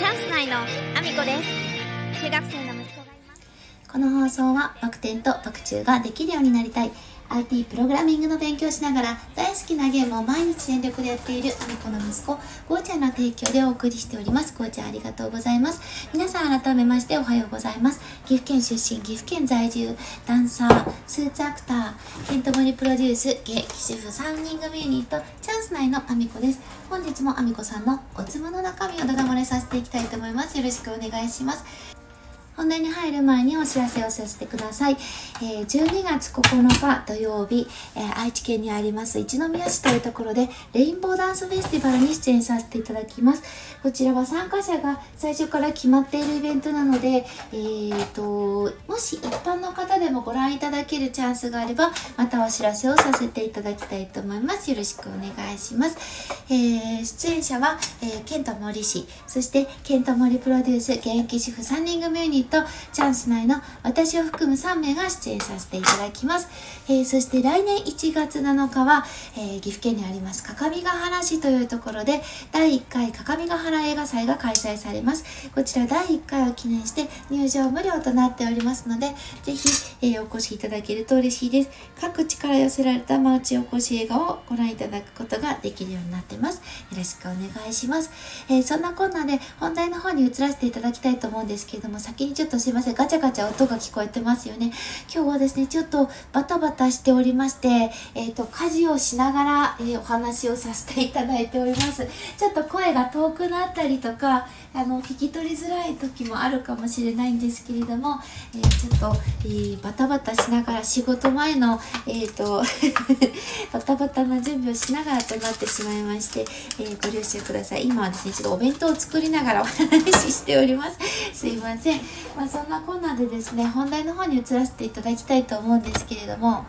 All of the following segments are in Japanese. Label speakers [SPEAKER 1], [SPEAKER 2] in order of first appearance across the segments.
[SPEAKER 1] チャンス内のアミコです。中学生の息子がいます。
[SPEAKER 2] この放送はバク転とバク宙ができるようになりたい IT プログラミングの勉強をしながら大好きなゲームを毎日全力でやっているアミコの息子ゴーちゃんの提供でお送りしております。ゴーちゃんありがとうございます。皆さん改めましておはようございます。岐阜県出身、岐阜県在住、ダンサー、スーツアクター、ケントモリプロデュース、現役主婦3人組ユニットチャンス内のアミコです。本日もアミコさんのおつむの中身をダダ漏れさせていきたいと思います。よろしくお願いします。本題に入る前にお知らせをさせてください。12月9日土曜日、愛知県にあります一宮市というところでレインボーダンスフェスティバルに出演させていただきます。こちらは参加者が最初から決まっているイベントなので、もし一般の方でもご覧いただけるチャンスがあればまたお知らせをさせていただきたいと思います。よろしくお願いします。出演者は、ケントモリ氏、そしてケントモリプロデュース現役主婦3人組ユニットチャンス内の私を含む3名が出演させていただきます。そして来年1月7日は、岐阜県にあります各務原市というところで第1回各務原映画祭が開催されます。こちら第1回を記念して入場無料となっておりますのでぜひ、お越しいただけると嬉しいです。各地から寄せられたマーチおこし映画をご覧いただくことができるようになってます。よろしくお願いします。そんなこんなで本題の方に移らせていただきたいと思うんですけれども、先にちょっとすいません、ガチャガチャ音が聞こえてますよね。今日はですねちょっとバタバタしておりまして、家事をしながら、お話をさせていただいております。ちょっと声が遠くなったりとか聞き取りづらい時もあるかもしれないんですけれども、ちょっと、バタバタしながら仕事前のバタバタな準備をしながらとなってしまいまして、ご了承ください。今はですねちょっとお弁当を作りながらお話ししております。すいません。そんなこんなでですね本題の方に移らせていただきたいと思うんですけれども、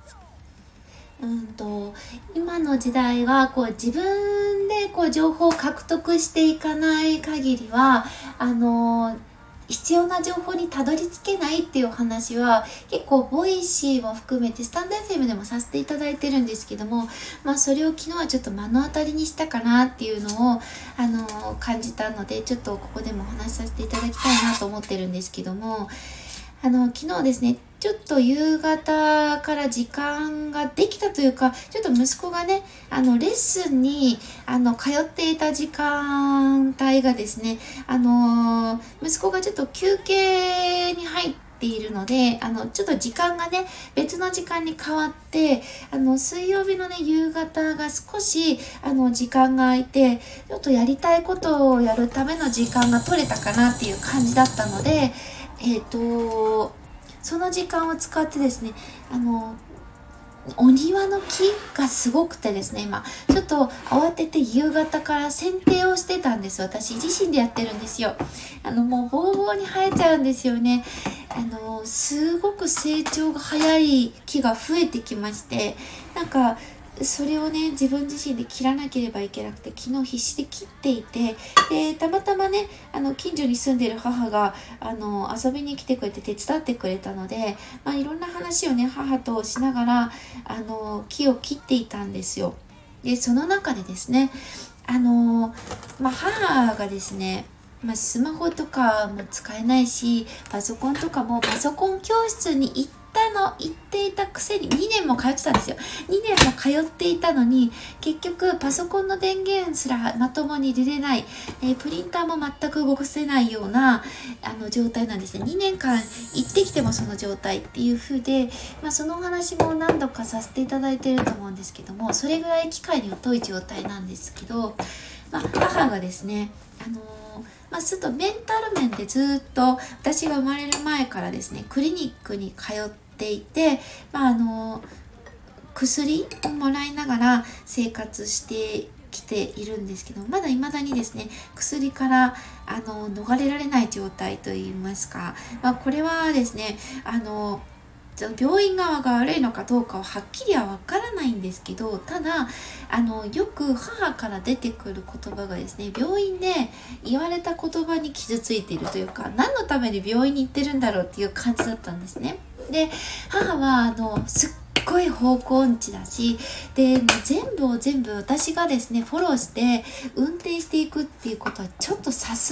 [SPEAKER 2] 今の時代は自分で情報を獲得していかない限りは必要な情報にたどり着けないっていうお話は結構ボイシーも含めてスタンド FM でもさせていただいてるんですけども、それを昨日はちょっと目の当たりにしたかなっていうのを感じたので、ちょっとここでもお話しさせていただきたいなと思ってるんですけども、昨日ですねちょっと夕方から時間ができたというか、ちょっと息子がねレッスンに通っていた時間帯がですね息子がちょっと休憩に入っているのでちょっと時間がね別の時間に変わって水曜日のね夕方が少し時間が空いてちょっとやりたいことをやるための時間が取れたかなっていう感じだったのでその時間を使ってですねお庭の木がすごくてですね、今ちょっと慌てて夕方から剪定をしてたんです。私自身でやってるんですよ。もうボーボーに生えちゃうんですよね。すごく成長が早い木が増えてきまして、それをね自分自身で切らなければいけなくて昨日必死で切っていて、でたまたまね近所に住んでる母が遊びに来てくれて手伝ってくれたので、いろんな話をね母としながら木を切っていたんですよ。でその中でですね母がですねスマホとかも使えないしパソコンとかもパソコン教室に行っていたくせに2年も通ってたんですよ。2年も通っていたのに結局パソコンの電源すらまともに入れれない、プリンターも全く動かせないような状態なんですね。2年間行ってきてもその状態っていう風で、そのお話も何度かさせていただいていると思うんですけども、それぐらい機械に疎い状態なんですけど、母がですねするとメンタル面でずっと私が生まれる前からですねクリニックに通っていて、薬をもらいながら生活してきているんですけど、まだ未だにですね薬から逃れられない状態といいますか、これはですね病院側が悪いのかどうかははっきりはわからないんですけど、ただよく母から出てくる言葉がですね病院で言われた言葉に傷ついているというか、何のために病院に行ってるんだろうっていう感じだったんですね。で母はすっごい方向音痴だし、で全部私がですねフォローして運転していくっていうことはちょっとさす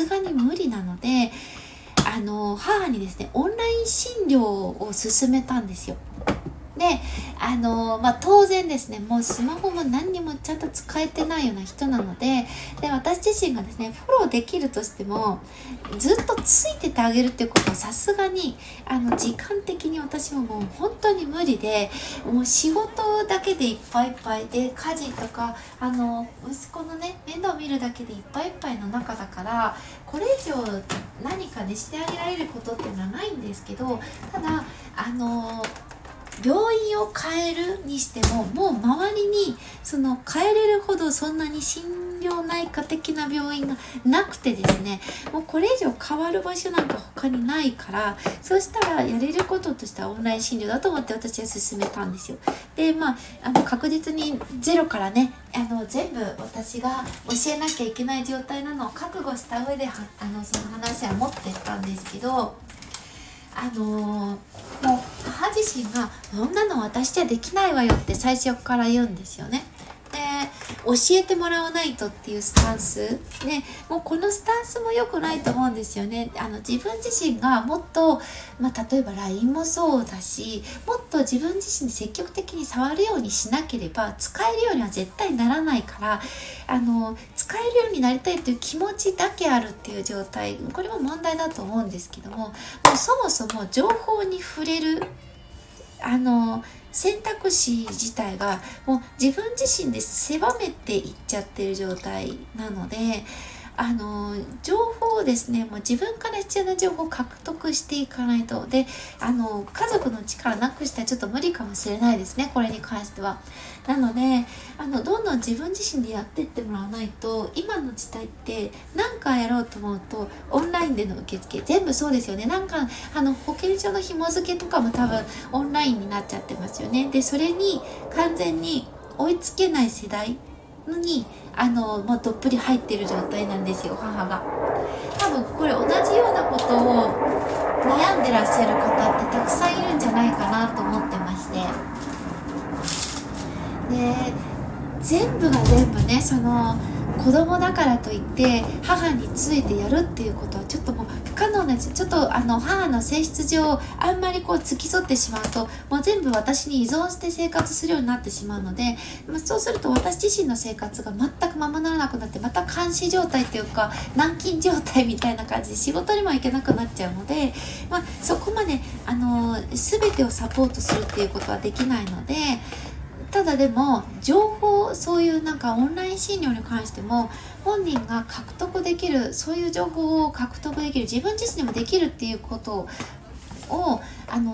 [SPEAKER 2] すがに無理なので、母にですねオンライン診療を勧めたんですよ。で当然ですね、もうスマホも何にもちゃんと使えてないような人なので、私自身がですねフォローできるとしてもずっとついててあげるっていうことはさすがに時間的に私ももう本当に無理で、もう仕事だけでいっぱいいっぱいで、家事とか息子のね面倒を見るだけでいっぱいいっぱいの中だから、これ以上何かねしてあげられることっていうのはないんですけど、ただ病院を変えるにしても、もう周りに変えれるほどそんなに心療内科的な病院がなくてですね、もうこれ以上変わる場所なんか他にないから、そうしたらやれることとしてはオンライン診療だと思って私は勧めたんですよ。で確実にゼロからね全部私が教えなきゃいけない状態なのを覚悟した上でその話は持ってったんですけど、もう母自身がそんなの私じゃできないわよって最初から言うんですよね。で教えてもらわないとっていうスタンスね、もうこのスタンスも良くないと思うんですよね。自分自身がもっと、例えば LINE もそうだし、もっと自分自身で積極的に触るようにしなければ使えるようには絶対ならないから、使えるようになりたいという気持ちだけあるっていう状態、これも問題だと思うんですけども、もうそもそも情報に触れる選択肢自体がもう自分自身で狭めていっちゃってる状態なので、情報をですね、もう自分から必要な情報を獲得していかないと。で家族の力なくしたらちょっと無理かもしれないですね、これに関しては。なのでどんどん自分自身でやっていってもらわないと、今の時代って何かやろうと思うとオンラインでの受付全部そうですよね。保険証の紐付けとかも多分オンラインになっちゃってますよね。でそれに完全に追いつけない世代にもうどっぷり入ってる状態なんですよ、母が。多分これ同じようなことを悩んでらっしゃる方ってたくさんいるんじゃないかなと思ってまして、で全部が全部ね子供だからといって母についてやるっていうことはちょっともう不可能なんですよ。ちょっと母の性質上あんまり付き添ってしまうともう全部私に依存して生活するようになってしまうので、そうすると私自身の生活が全くままならなくなって、また監視状態っていうか軟禁状態みたいな感じで仕事にも行けなくなっちゃうので、そこまで全てをサポートするっていうことはできないので、ただでも情報、そういうオンライン診療に関しても本人が獲得できる、そういう情報を獲得できる、自分自身にもできるっていうことを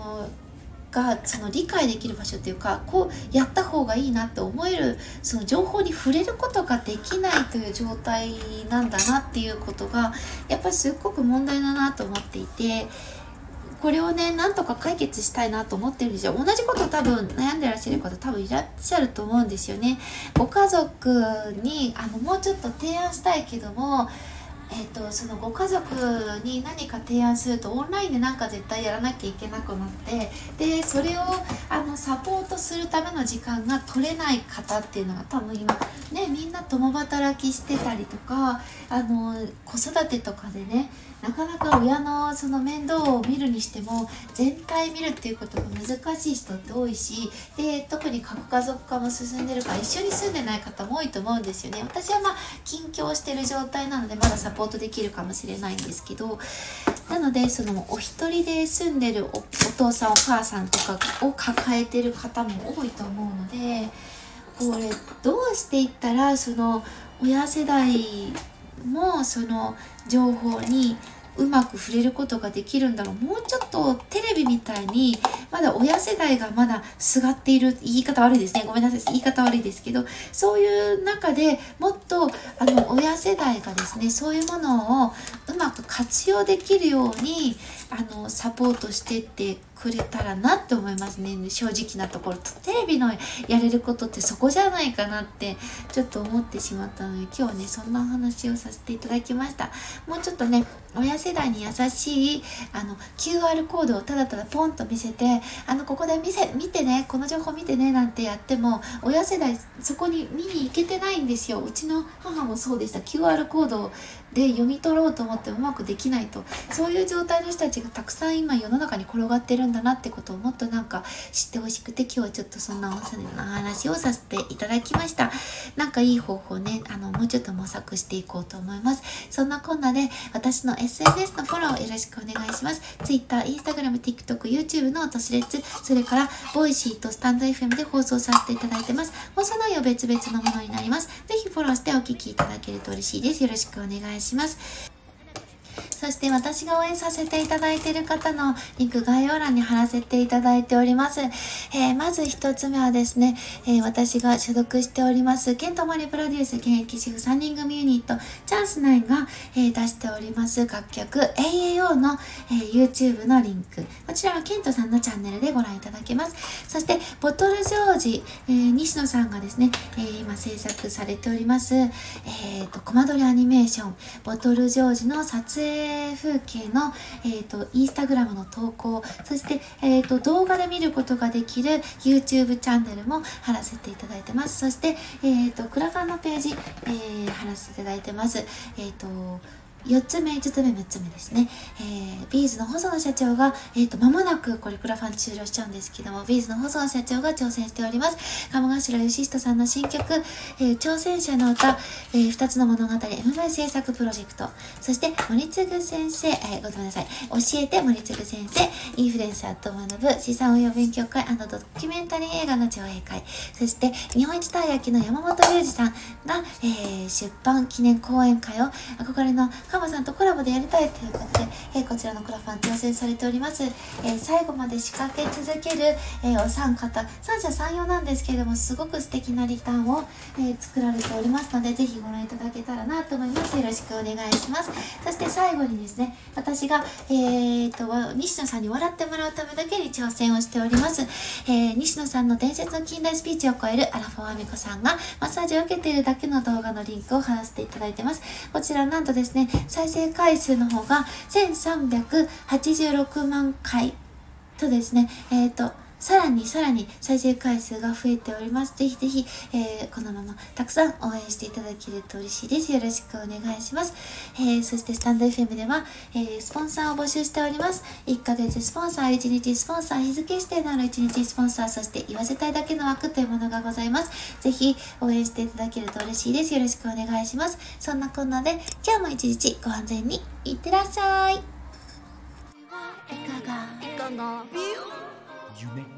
[SPEAKER 2] 理解できる場所っていうか、こうやった方がいいなって思えるその情報に触れることができないという状態なんだなっていうことがやっぱりすっごく問題だなと思っていて、これをねなんとか解決したいなと思ってるんですよ。同じこと多分悩んでらっしゃる方多分いらっしゃると思うんですよね。ご家族にもうちょっと提案したいけども、そのご家族に何か提案するとオンラインで絶対やらなきゃいけなくなって、でそれをサポートするための時間が取れない方っていうのが多分今ね、みんな共働きしてたりとか子育てとかでね、なかなか親のその面倒を見るにしても全体見るっていうことが難しい人って多いし、で特に核家族化も進んでるから一緒に住んでない方も多いと思うんですよね。私は近況してる状態なのでまだサポートできるかもしれないんですけど、なのでお一人で住んでる お父さんお母さんとかを抱えてる方も多いと思うので、これどうしていったら親世代も情報にうまく触れることができるんだろう。もうちょっとテレビみたいにまだ親世代がまだすがっている、言い方悪いですね、ごめんなさい、言い方悪いですけど、そういう中でもっと親世代がですね、そういうものをうまく活用できるようにサポートしてってくれたらなって思いますね。正直なところとテレビのやれることってそこじゃないかなってちょっと思ってしまったので、今日はねそんなお話をさせていただきました。もうちょっとね親世代に優しいQR コードをただただポンと見せてここで見てね、この情報見てねなんてやっても親世代そこに見に行けてないんですよ。うちの母もそうでした。QR コードをで読み取ろうと思ってうまくできないと、そういう状態の人たちがたくさん今世の中に転がってるんだなってことをもっとなんか知ってほしくて、今日はちょっとそんなお話をさせていただきました。なんかいい方法ね、もうちょっと模索していこうと思います。そんなこんなで私の SNS のフォローをよろしくお願いします。Twitter、Instagram、TikTok、YouTube のトスレッツ、それからボイシーとスタンド FM で放送させていただいてます。放送内容別々のものになります。ぜひフォローしてお聞きいただけると嬉しいです。よろしくお願いします。そして私が応援させていただいている方のリンク概要欄に貼らせていただいております。まず一つ目はですね、私が所属しておりますケントマリプロデュース現役主婦3人組ユニットチャンス9が、出しております楽曲 AAO の、YouTube のリンク、こちらはケントさんのチャンネルでご覧いただけます。そしてボトルジョージ、西野さんがですね、今制作されております、コマ撮りアニメーションボトルジョージの撮影風景の、インスタグラムの投稿、そして、動画で見ることができる YouTube チャンネルも貼らせていただいてます。そして、クラファンのページ、貼らせていただいてます。4つ目、5つ目、6つ目ですね。ビーズの細野社長が、間もなくこれクラファン終了しちゃうんですけども、ビーズの細野社長が挑戦しております。鴨頭義人さんの新曲、挑戦者の歌、2つの物語、MV 制作プロジェクト。そして、森次先生、ごめんなさい。教えて森次先生、インフルエンサーと学ぶ資産運用勉強会&ドキュメンタリー映画の上映会。そして、日本一たい焼きの山本裕二さんが、出版記念講演会を憧れのカモさんとコラボでやりたいということで、こちらのクラファン挑戦されております。最後まで仕掛け続ける、お三方、三者三様なんですけれども、すごく素敵なリターンを、作られておりますので、ぜひご覧いただけたらなと思います。よろしくお願いします。そして最後にですね、私が、西野さんに笑ってもらうためだけに挑戦をしております。西野さんの伝説の近代スピーチを超えるアラフォーアミコさんがマッサージを受けているだけの動画のリンクを貼らせていただいてます。こちらなんとですね、再生回数の方が1386万回とですね、さらに再生回数が増えております。ぜひぜひ、このままたくさん応援していただけると嬉しいです。よろしくお願いします。そしてスタンド FM では、スポンサーを募集しております。1ヶ月スポンサー、1日スポンサー、日付指定のある1日スポンサー、そして言わせたいだけの枠というものがございます。ぜひ応援していただけると嬉しいです。よろしくお願いします。そんなこんなで今日も一日ご安全にいってらっしゃい。
[SPEAKER 1] いかが
[SPEAKER 3] 夢